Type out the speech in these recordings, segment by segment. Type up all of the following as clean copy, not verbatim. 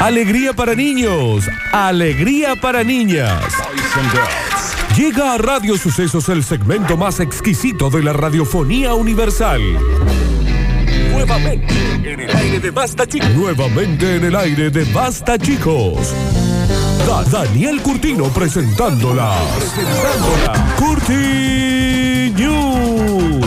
Alegría para niños, alegría para niñas. Llega a Radio Sucesos el segmento más exquisito de la radiofonía universal. Nuevamente en el aire de Basta Chicos. Nuevamente en el aire de Basta Chicos. Daniel Curtino presentándola. Curti News.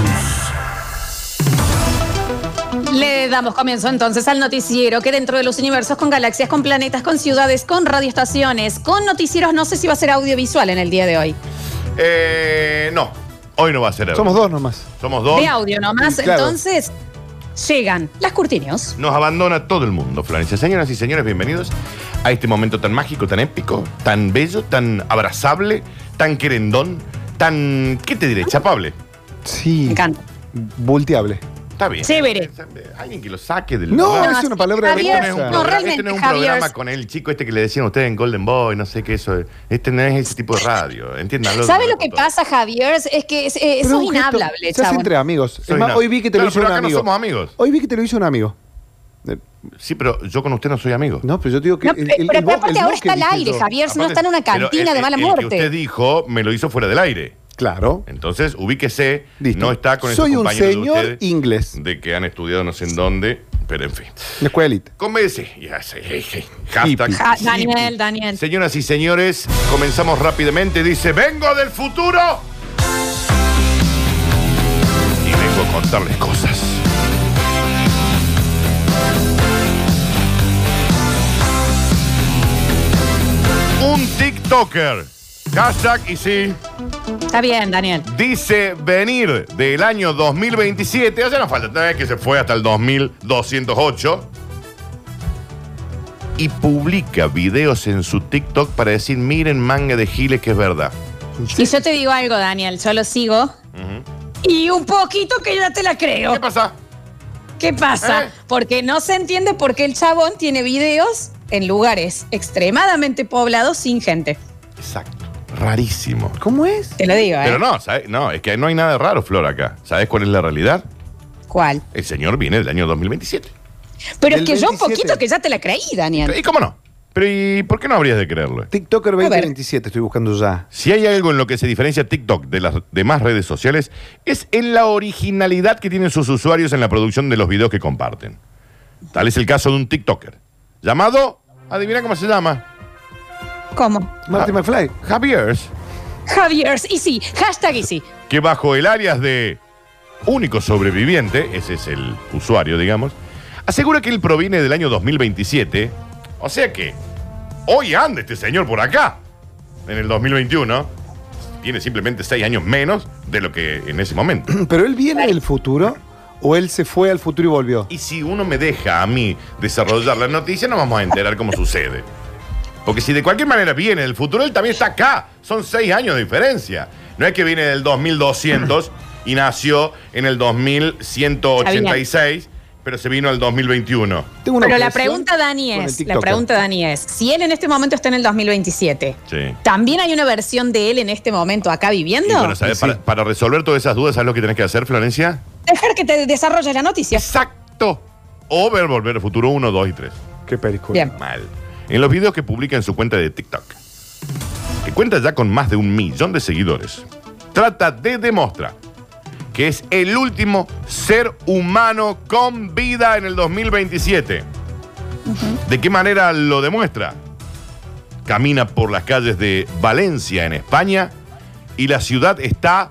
Le damos comienzo entonces al noticiero que dentro de los universos, con galaxias, con planetas, con ciudades, con radioestaciones, con noticieros, no sé si va a ser audiovisual en el día de hoy. No, hoy no va a ser audio. Somos dos nomás. Somos dos. De audio nomás, Sí, claro. entonces llegan las Curti News. Nos abandona todo el mundo, Florencia. Señoras y señores, bienvenidos a este momento tan mágico, tan épico, tan bello, tan abrazable, tan querendón, tan, ¿qué te diré? Chapable. Sí. Me encanta. Volteable. Está bien. Chévere. Alguien que lo saque del No, lugar. es una palabra Javier, hermosa. no, realmente, este no es un Javier. programa con el chico este que le decían a ustedes en Golden Boy, no sé qué eso. Este no es ese tipo de radio, entiéndanlo. ¿Sabe lo que pasa, Javier? Es que eso es Pero un gesto, inhablable, se hace chabón. entre amigos. Soy Es más, una- hoy vi que te lo Claro, hizo pero un acá no amigo. somos amigos. Hoy vi que te lo hizo un amigo. Sí, pero yo con usted no soy amigo. No, pero yo te digo que. No, pero aparte ahora está al aire, Javier, si no está en una Pero cantina de mala el que muerte. usted dijo me lo hizo fuera del aire. Claro. Entonces, ubíquese, Listo. no está con Soy esos un compañeros señor de ustedes inglés. de que han estudiado no sé en dónde, pero en fin. La escuelita. Convence. Ya sé, hashtag. Hippie. Daniel, Daniel. Señoras y señores, comenzamos rápidamente. Dice, vengo del futuro y vengo a contarles cosas. Un TikToker, hashtag y sí, Está bien, Daniel. dice venir del año 2027, o sea, no falta todavía que se fue hasta el 2208, y publica videos en su TikTok para decir, miren manga de giles que es verdad. Y yo te digo algo, Daniel, yo lo sigo. Y un poquito que ya te la creo. ¿Qué pasa? ¿Qué pasa? ¿Eh? Porque no se entiende por qué el chabón tiene videos en lugares extremadamente poblados sin gente. Exacto, rarísimo. ¿Cómo es? Te lo digo, ¿eh? Pero no, ¿sabes? No, es que no hay nada de raro, Flor, acá. ¿Sabes cuál es la realidad? ¿Cuál? El señor viene del año 2027. Pero es Del que yo un 27. poquito que ya te la creí, Daniel. ¿Y cómo no? Pero ¿y por qué no habrías de creerlo? TikToker ver. 2027, estoy buscando ya. Si hay algo en lo que se diferencia TikTok de las demás redes sociales, es en la originalidad que tienen sus usuarios en la producción de los videos que comparten. Tal es el caso de un TikToker llamado, adivina cómo se llama, ¿Cómo? Marty McFly. Javier, Javier, y sí, hashtag y sí. que bajo el alias de único sobreviviente, ese es el usuario, digamos, asegura que él proviene del año 2027, o sea que hoy anda este señor por acá, en el 2021, tiene simplemente 6 años menos de lo que en ese momento. ¿Pero él viene del futuro o él se fue al futuro y volvió? Y si uno me deja a mí desarrollar la noticia, no vamos a enterar cómo sucede. Porque si de cualquier manera viene del futuro, él también está acá. Son 6 años de diferencia. No es que viene del 2200 y nació en el 2186, pero se vino al 2021. Tengo una Pero la objeción pregunta, Dani, con el es, TikToker. si él en este momento está en el 2027, Sí. ¿también hay una versión de él en este momento acá Y viviendo? bueno, ¿sabes? Sí. Para resolver todas esas dudas, ¿sabes lo que tenés que hacer, Florencia? Dejar que te desarrolles la noticia. Exacto. O ver Volver al Futuro 1, 2 y 3. Qué película. Bien. Mal. En los videos que publica en su cuenta de TikTok, que cuenta ya con más de 1 millón de seguidores, trata de demostrar que es el último ser humano con vida en el 2027. ¿De qué manera lo demuestra? Camina por las calles de Valencia, en España, y la ciudad está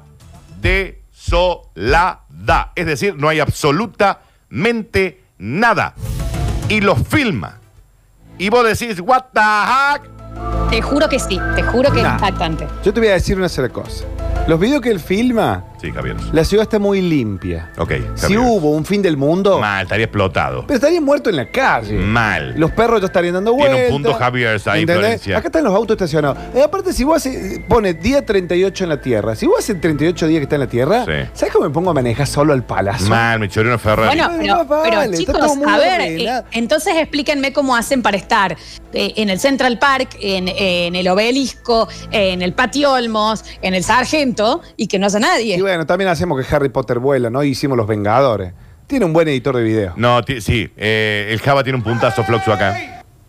desolada. Es decir, no hay absolutamente nada. Y lo filma. Y vos decís, what the heck? Te juro que sí, te juro que Nah. es impactante. Yo te voy a decir una sola cosa. Los videos que él filma, Sí, Javier. la ciudad está muy limpia. Ok, Si Javier. hubo un fin del mundo, Mal, estaría explotado. pero estaría muerto en la calle. Mal. Los perros ya estarían dando Tiene un vueltas. punto, Javier, ahí, ¿Entendés? Florencia. Acá están los autos estacionados. Aparte, si vos pones día 38 en la Tierra, si vos haces 38 días que está en la Tierra, Sí. ¿sabes cómo me pongo a manejar solo al palazo? Mal, me choré una Ferrari. Bueno, Pero pero, vale, está chicos, todo muy a ver, ordenado. entonces explíquenme cómo hacen para estar en el Central Park, en el Obelisco, en el Patio Olmos, en el Sargento, y que no haya nadie. Y bueno, también hacemos que Harry Potter vuela, ¿no? Hicimos Los Vengadores. Tiene un buen editor de video. No, sí, el Java tiene un puntazo Floxu acá.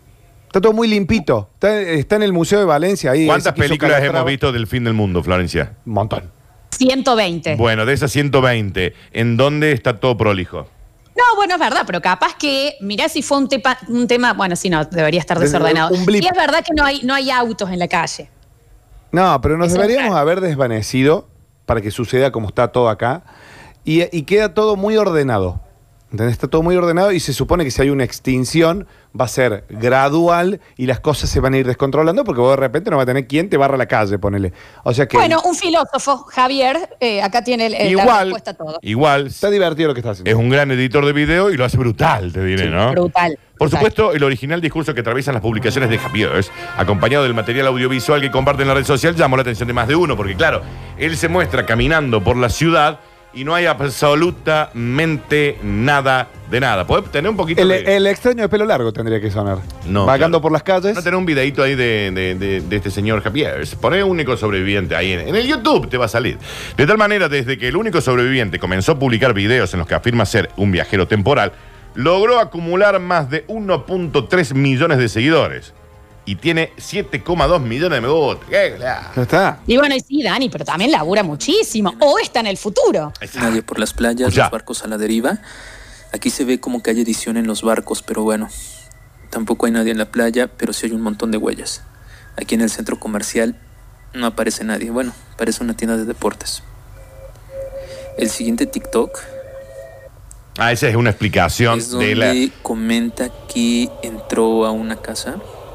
Está todo muy limpito. Está en el Museo de Valencia. Ahí, ¿Cuántas ese que hizo películas Calatrava. hemos visto del fin del mundo, Florencia? Un montón. 120. Bueno, de esas 120, ¿en dónde está todo prolijo? No, bueno, es verdad, pero capaz que, mirá si fue un tema, bueno, sí, no, debería estar desordenado. Un blip. Y es verdad que no hay autos en la calle. No, pero nos Eso deberíamos es. haber desvanecido para que suceda como está todo acá. Y queda todo muy ordenado. ¿Entendés? Está todo muy ordenado y se supone que si hay una extinción va a ser gradual y las cosas se van a ir descontrolando porque vos de repente no va a tener quien te barra la calle, ponele. O sea que Bueno, un filósofo, Javier, acá tiene la respuesta a todo. Igual, está divertido lo que está haciendo. es un gran editor de video y lo hace brutal, te diré, ¿no? Brutal. Por brutal. supuesto, el original discurso que atraviesan las publicaciones de Javier, acompañado del material audiovisual que comparte en la red social, llamó la atención de más de uno, porque claro, él se muestra caminando por la ciudad y no hay absolutamente nada de nada. ¿Podés tener un poquito El extraño de pelo largo tendría que sonar. No, Vagando claro. por las calles. No tener un videito ahí de este señor Javier. Poné único sobreviviente ahí en el YouTube, te va a salir. De tal manera, desde que el único sobreviviente comenzó a publicar videos en los que afirma ser un viajero temporal, logró acumular más de 1.3 millones de seguidores. Y tiene 7,2 millones de me gusta. Ya está. Y bueno, y sí, Dani, pero también labura muchísimo. O está en el futuro. Nadie por las playas, Ya. los barcos a la deriva. Aquí se ve como que hay edición en los barcos, pero bueno, tampoco hay nadie en la playa, pero sí hay un montón de huellas. Aquí en el centro comercial no aparece nadie. Bueno, parece una tienda de deportes. El siguiente TikTok Ah, esa es una explicación es de donde la... comenta que entró a una casa.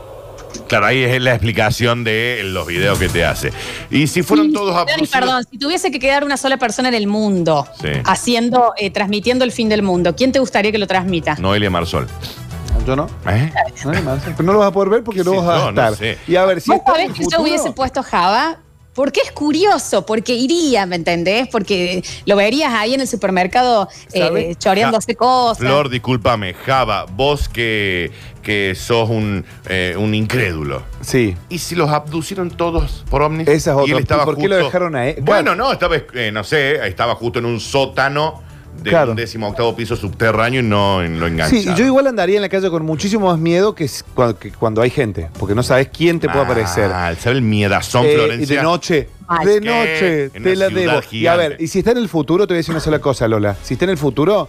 Claro, ahí es la explicación de los videos que te hace. Y si fueron Sí, todos Dani, abducidos... perdón, si tuviese que quedar una sola persona en el mundo Sí. transmitiendo el fin del mundo, ¿quién te gustaría que lo transmita? Noelia Marsol. Yo no. ¿Eh? Pero no lo vas a poder ver porque no Sí, vas a no, no estar. sé. Y a ver, si ¿Vos está en sabés el que futuro, yo hubiese puesto Java? Porque es curioso, porque iría, ¿me entendés? Porque lo verías ahí en el supermercado ¿Sabe? choreándose cosas. Flor, discúlpame, Java, vos que sos un incrédulo. Sí. ¿Y si los abducieron todos por ovnis? Esa es otra. Y él estaba ¿Por qué lo dejaron ahí? Bueno, no, estaba, no sé, estaba justo en un sótano de Claro. un 18º piso subterráneo y no lo engancharon. Sí, yo igual andaría en la calle con muchísimo más miedo que cuando hay gente, porque no sabes quién te puede aparecer. ¿Sabes el miedazón, Y Florencia? de noche, Ay, de ¿qué? noche, En te una la ciudad debo. Y a gigante. ver, y si está en el futuro, te voy a decir una sola cosa, Lola. Si está en el futuro,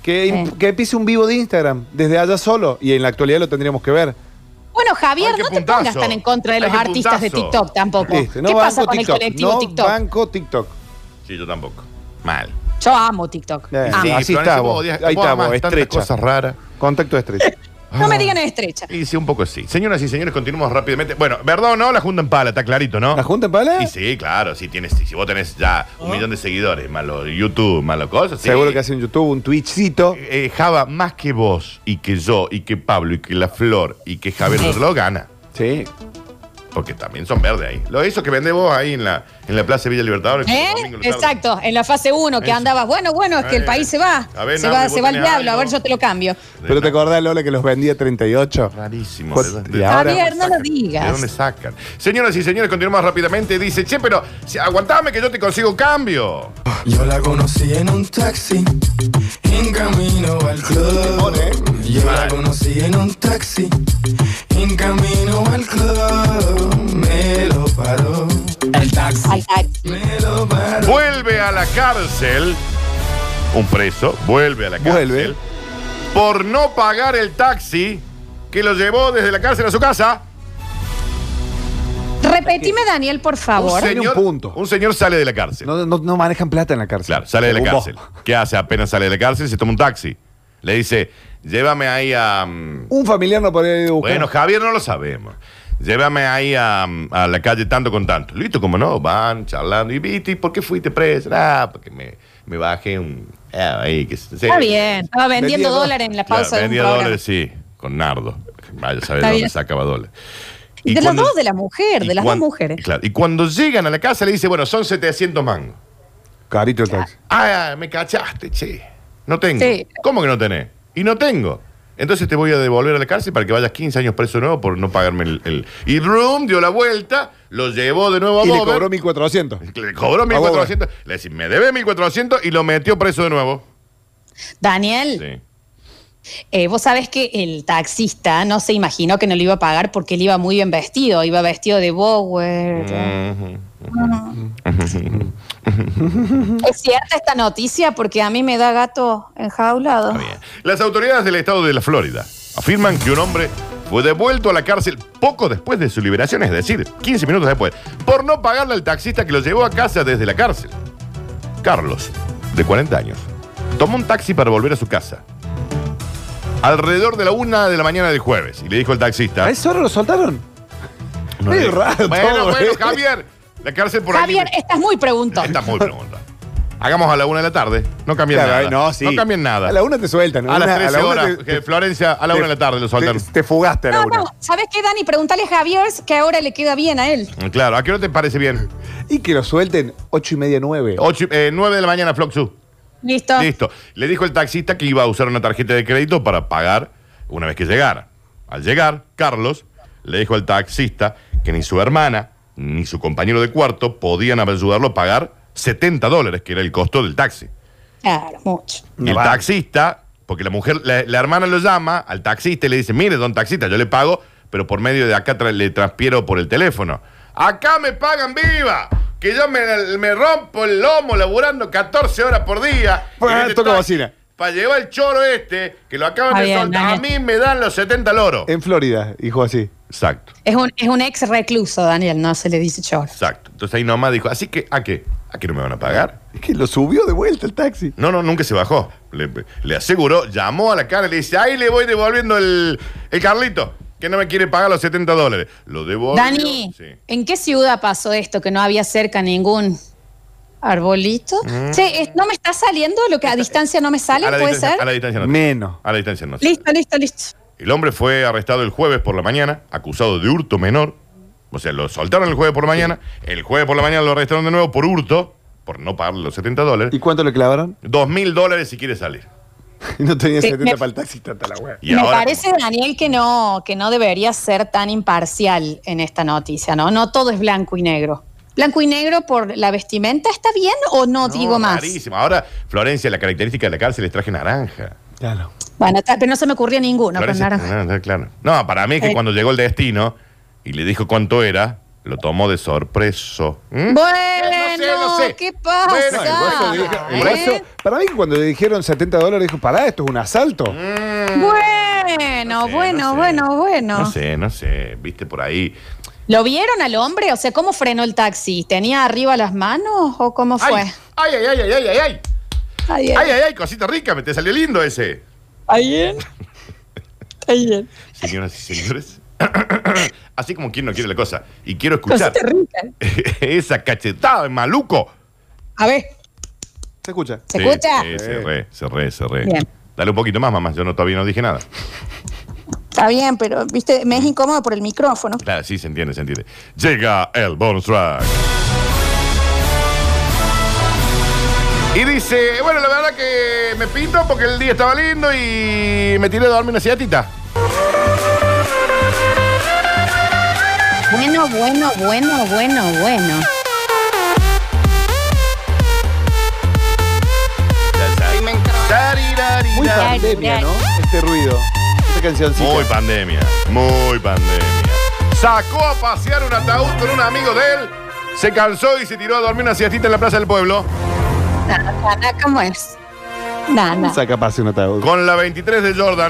que pise un vivo de Instagram desde allá solo, y en la actualidad lo tendríamos que ver. Bueno, Javier, Ay, qué no te puntazo. pongas tan en contra de Ay, los qué artistas de puntazo. TikTok tampoco. Listo, no ¿Qué pasa banco con el TikTok, colectivo no TikTok? banco TikTok. Sí, yo tampoco. Mal. Yo amo TikTok. Sí, Amo. así Florencia, está vos vos. odias- Ahí vos está amás vos, tantas estrecha. cosas raras. Contacto estrecho. No me digan estrecha. Y sí, un poco sí. Señoras y señores, continuamos rápidamente. Bueno, ¿verdad o no? La junta en pala, está clarito, ¿no? ¿La junta en pala? Y sí, claro, si vos tenés ya 1 millón de seguidores, más los YouTube, más las cosas, sí. Seguro que hace en YouTube un Twitchcito. Java, más que vos, y que yo, y que Pablo, y que la Flor, y que Javier lo gana. Sí. Porque también son verdes ahí. Eso que vendés vos ahí en la Plaza Villa Libertador. Exacto, en la fase 1 que Eso. andabas, bueno, es que el país se va. A ver, se Nardi, va, vos se va el tenés diablo, a algo. ver, yo te lo cambio. Pero te acordás, Lola, que los vendía 38. Rarísimo. Pues, ¿De y ahora- Javier, no lo ¿De digas. dónde sacan? Señoras y señores, continuamos rápidamente. Dice, che, pero aguantame que yo te consigo un cambio. Yo la conocí en un taxi, en camino al club. Yo la conocí en un taxi, en camino al club. Me lo paró, el taxi. Al taxi. Me lo paró. Vuelve a la cárcel. Un preso vuelve a la cárcel. Vuelve. Por no pagar el taxi que lo llevó desde la cárcel a su casa. Repetime, Daniel, por favor. Tiene un punto. Un señor sale de la cárcel. No manejan plata en la cárcel. Claro, sale de la Según vos. cárcel. ¿Qué hace? Apenas sale de la cárcel, se toma un taxi. Le dice, llévame ahí a... Un familiar no podría ir a buscar. Bueno, Javier, no lo sabemos. Llévame ahí a la calle tanto con tanto. Listo, como no, van charlando. ¿Y viste? ¿Y por qué fuiste preso? Porque me bajé un... ahí, que se- Está bien, estaba vendiendo Vendía dólares en la Claro, pausa de un vendía programa. dólares, sí, con Nardo. Vaya a saber Está dónde bien. sacaba dólares. De los cuando- dos, de la mujer, y de las dos cuan- mujeres. Claro, y cuando llegan a la casa le dice, bueno, son 700 mangos. Carito el taxi. Ah, me cachaste, che. No tengo. Sí. ¿Cómo que no tenés? Y no tengo. Entonces te voy a devolver a la cárcel para que vayas 15 años preso de nuevo por no pagarme el... Y Room dio la vuelta, lo llevó de nuevo a Y le Bober. cobró 1.400. Le cobró 1.400. Le decís, me debe 1.400 y lo metió preso de nuevo. Daniel, Sí. Vos sabés que el taxista no se imaginó que no lo iba a pagar porque él iba muy bien vestido, iba vestido de Bower. ¿Es cierta esta noticia? Porque a mí me da gato enjaulado. Está bien. Las autoridades del estado de la Florida afirman que un hombre fue devuelto a la cárcel poco después de su liberación, es decir, 15 minutos después, por no pagarle al taxista que lo llevó a casa desde la cárcel. Carlos, de 40 años, tomó un taxi para volver a su casa alrededor de la 1 de la mañana del jueves y le dijo al taxista... ¿A esa hora lo soltaron? No Qué le- raro Bueno, todo, bueno, Javier, la cárcel por Javier, aquí... estás muy preguntón. Está muy pregunta. Hagamos a la 1 de la tarde. No cambien Claro, nada. no, sí. No cambien nada. A la 1 te sueltan. A las Una- 13 la una horas, te- que Florencia, a la 1 de la tarde lo soltaron. te fugaste a la No, 1. no, ¿sabés qué, Dani? Pregúntale a Javier que ahora le queda bien a él. Claro, ¿a qué hora te parece bien? Y que lo suelten 8:30, 9. 9 de la mañana, Floxu. Listo. Listo. Le dijo el taxista que iba a usar una tarjeta de crédito para pagar una vez que llegara. Al llegar, Carlos le dijo al taxista que ni su hermana ni su compañero de cuarto podían ayudarlo a pagar $70, que era el costo del taxi. Claro, mucho. Y el taxista, porque la mujer, la hermana lo llama al taxista y le dice, mire, don taxista, yo le pago, pero por medio de acá le transfiero por el teléfono. Acá me pagan viva, que yo me rompo el lomo laburando 14 horas por día. Toca bocina. Para llevar el choro que lo acaban Está de bien, soltar. A Daniel. mí me dan los 70 loros. En Florida, hijo así. Exacto, Es un ex recluso, Daniel, no se le dice choro. exacto. Entonces ahí nomás dijo, así que, ¿a qué? ¿A qué no me van a pagar? Es que lo subió de vuelta el taxi. No, nunca se bajó. Le aseguró, llamó a la cara y le dice, ahí le voy devolviendo el Carlito, que no me quiere pagar los $70. Lo devolvió. Dani, Sí. ¿en qué ciudad pasó esto que no había cerca ningún arbolito? Che, no me está saliendo lo que a distancia no me sale, A la ¿puede distancia- ser? A la distancia no. Menos. A la distancia no. Listo, listo, listo. El hombre fue arrestado el jueves por la mañana, acusado de hurto menor. O sea, lo soltaron el jueves por la mañana. El jueves por la mañana lo arrestaron de nuevo por hurto, por no pagarle los $70. ¿Y cuánto le clavaron? $2.000 si quiere salir. No tenía Sí, 70 me- para el taxi, tanta la wea. Y me ahora, parece, Daniel, que no debería ser tan imparcial en esta noticia, ¿no? No todo es blanco y negro. ¿Blanco y negro por la vestimenta está bien o no, digo más? Rarísimo. Ahora, Florencia, la característica de la cárcel es traje naranja. Claro. Bueno, pero no se me ocurría ninguno con Florencia, naranja. no, claro. No, para mí es que cuando llegó el destino y le dijo cuánto era, lo tomó de sorpreso. ¿Mm? Bueno, No sé. ¿qué pasa? Bueno, Por eso, para mí que cuando le dijeron $70, dijo, pará, esto es un asalto. Bueno, bueno. No sé, viste por ahí. ¿Lo vieron al hombre? O sea, ¿cómo frenó el taxi? ¿Tenía arriba las manos o cómo fue? Ay, cosita rica, me te salió lindo ese. Ayer. Ayer. Señoras y señores, así como quien no quiere la cosa. Y quiero escuchar Cosita rica. esa cachetada de maluco. A ver, ¿Se escucha? ¿se Sí, escucha? sí, se re. Bien. Dale un poquito más, mamá. Yo todavía no dije nada. Está bien, pero, viste, me es incómodo por el micrófono. Claro, sí, se entiende. Llega el bonus track. Y dice, bueno, la verdad que me pinto porque el día estaba lindo y me tiré a dormir una siestita. Bueno. Muy pandemia, ¿no? Este ruido. Esta cancioncita. Muy pandemia. Sacó a pasear un ataúd con un amigo de él, se cansó y se tiró a dormir una siestita en la plaza del pueblo. Nada, ¿cómo es? Nada. Saca pase un ataúd. Con la 23 de Jordan.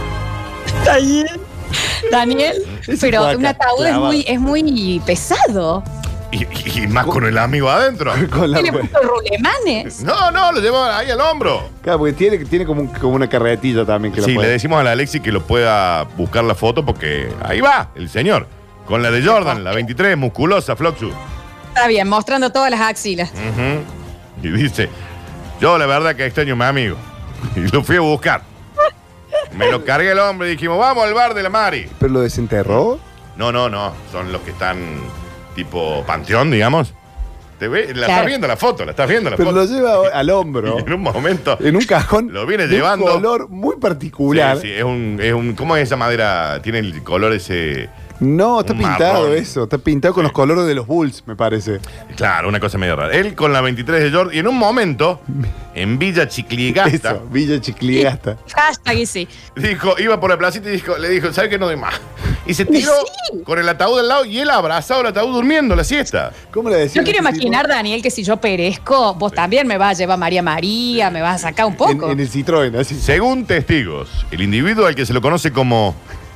Daniel, Ese pero fue acá, un ataúd clavado. es muy pesado. Y más con el amigo adentro. Con la ¿Qué le puso rulemanes? No, lo llevó ahí al hombro. Claro, porque tiene como una carretilla también que Sí, lo le puede. decimos a la Alexi que lo pueda buscar la foto porque ahí va el señor. Con la de Jordan, la 23, musculosa, Floxu. Está bien, mostrando todas las axilas. Ujú. Y dice, yo la verdad que extraño a mi amigo. Y lo fui a buscar. Me lo cargué el hombre y dijimos, vamos al bar de la Mari. ¿Pero lo desenterró? No, son los que están tipo panteón, digamos. ¿Te ve? Claro. Estás viendo la foto. Pero lo lleva al hombro. Y en un momento... En un cajón. Lo viene de llevando. un color muy particular. Sí, es un... ¿Cómo es esa madera? Tiene el color ese No, está Un pintado marrón. eso. Está pintado con los colores de los Bulls, me parece. Claro, una cosa medio rara. Él con la 23 de Jordan y en un momento, en Villa Chicligasta, Eso, Villa Chicligasta. Hashtag y sí. dijo, iba por la placita y le dijo, ¿sabes qué? No doy más. Y se tiró Sí. con el ataúd al lado y él abrazado el ataúd durmiendo la siesta. ¿Cómo le decía? Yo quiero imaginar, Daniel, que si yo perezco, vos también me vas a llevar María, me vas a sacar un poco. En el Citroën, así. Según testigos, el individuo al que se lo conoce como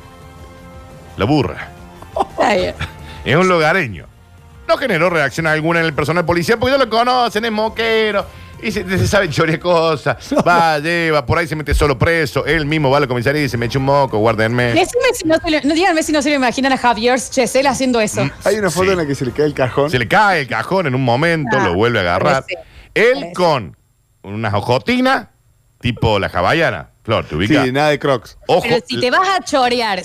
la burra Está bien. es un lugareño. No generó reacción alguna en el personal policial porque ya lo conocen, es moquero. Y se sabe chorear cosas. Va, lleva, por ahí se mete solo preso. Él mismo va a la comisaría y dice, me echo un moco, guárdenme. Decime si no díganme si no se lo imaginan a Javier Chesel haciendo eso. Hay una foto Sí. en la que se le cae el cajón. Se le cae el cajón en un momento, Ah, lo vuelve a agarrar. parece. Él Parece. con unas ojotinas, tipo la hawaiana. Flor, ¿te ubicas? Sí, nada de Crocs. Ojo. Pero si te vas a chorear,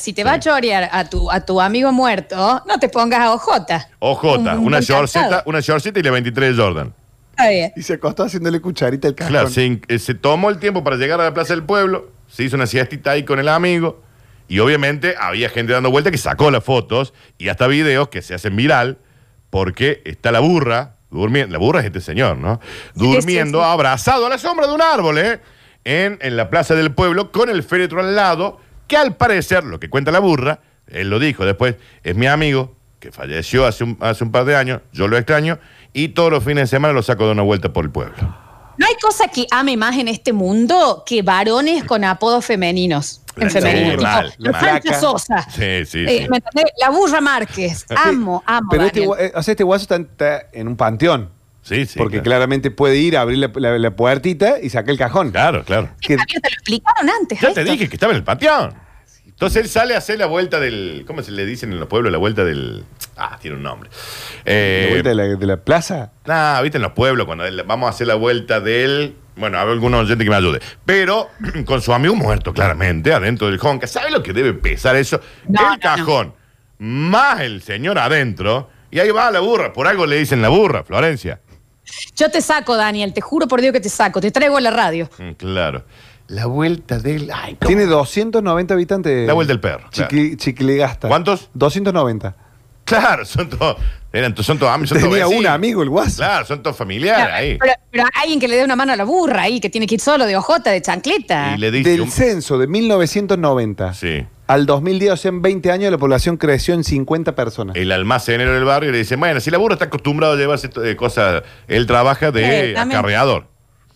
a tu amigo muerto, no te pongas a ojota. Ojota, Un una buen shortceta, calzado. una shortceta y la 23 de Jordan. Está bien. Y se acostó haciéndole cucharita al cajón. Claro, se tomó el tiempo para llegar a la Plaza del Pueblo, se hizo una siestita ahí con el amigo y obviamente había gente dando vuelta que sacó las fotos y hasta videos que se hacen viral porque está la burra durmiendo, la burra es este señor, ¿no? Durmiendo, Sí, sí. abrazado a la sombra de un árbol, en la Plaza del Pueblo con el féretro al lado, que al parecer, lo que cuenta la burra, él lo dijo después, es mi amigo que falleció hace un par de años, yo lo extraño y todos los fines de semana lo saco de una vuelta por el pueblo. No hay cosa que ame más en este mundo que varones con apodos femeninos. En Sí, femenino. Tipo, mal, la mal. Francia Sosa. Sí, sí, sí. ¿Me entendés? La Burra Márquez. Amo, Pero Daniel. este guaso está en un panteón. Sí, sí. Porque claro. claramente puede ir a abrir la puertita y sacar el cajón. Claro, claro. Que- Javier, te lo explicaron antes. Ya a te esto. dije que estaba en el panteón. Entonces él sale a hacer la vuelta del. ¿Cómo se le dicen en los pueblos? La vuelta del. Ah, tiene un nombre. ¿La vuelta de la plaza? Nah, viste en los pueblos, cuando vamos a hacer la vuelta del. Bueno, habrá algún oyente que me ayude. Pero con su amigo muerto, claramente, adentro del Honka. ¿Sabe lo que debe pesar eso? No, el cajón, más el señor adentro. Y ahí va la burra. Por algo le dicen la burra, Florencia. Yo te saco, Daniel. Te juro por Dios que te saco. Te traigo a la radio. Claro. La vuelta del. Ay, no. Tiene 290 habitantes. La vuelta del perro, claro. Chiquilegasta. ¿Cuántos? 290. Claro, son todos. Son todos amigos. Tenía un amigo el guaso. Claro, son todos familiares ahí. Pero alguien que le dé una mano a la burra ahí, que tiene que ir solo de ojota, de chancleta. Y le dice. Del censo de 1990 Sí. al 2010, o sea, en 20 años, la población creció en 50 personas. El almacenero del barrio le dice, bueno, si la burra está acostumbrado a llevarse cosas, él trabaja de también. acarreador.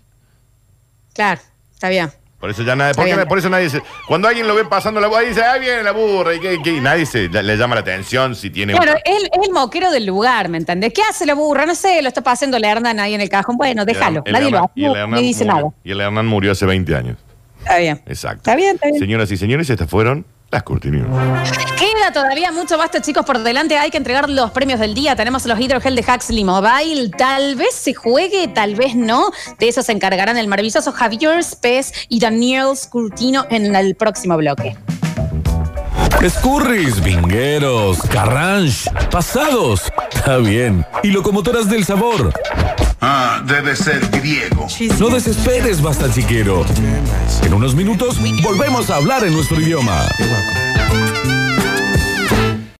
Claro, está bien. Por eso ya nadie, Está bien. por eso nadie dice, cuando alguien lo ve pasando la burra, dice, ahí viene la burra, y nadie le llama la atención si tiene Claro, un- es el moquero del lugar, ¿me entendés? ¿Qué hace la burra? No sé, lo está pasando el Hernán ahí en el cajón. Bueno, déjalo. El Nadie Hernán- lo y el hace, Hernán ni dice murió- nada. Y el Hernán murió hace 20 años. Está bien. Exacto. Está bien, está bien. Señoras y señores, estas fueron las cortinas. Queda todavía mucho basta, chicos, por delante. Hay que entregar los premios del día. Tenemos los Hidrogel de Huxley Mobile. Tal vez se juegue, tal vez no. De eso se encargarán el maravilloso Javier Spes y Daniel Scurtino en el próximo bloque. Escurris, vingueros, carranche, pasados. Está bien. Y locomotoras del sabor. Ah, debe ser griego. No desesperes, basta chiquero. En unos minutos volvemos a hablar en nuestro idioma.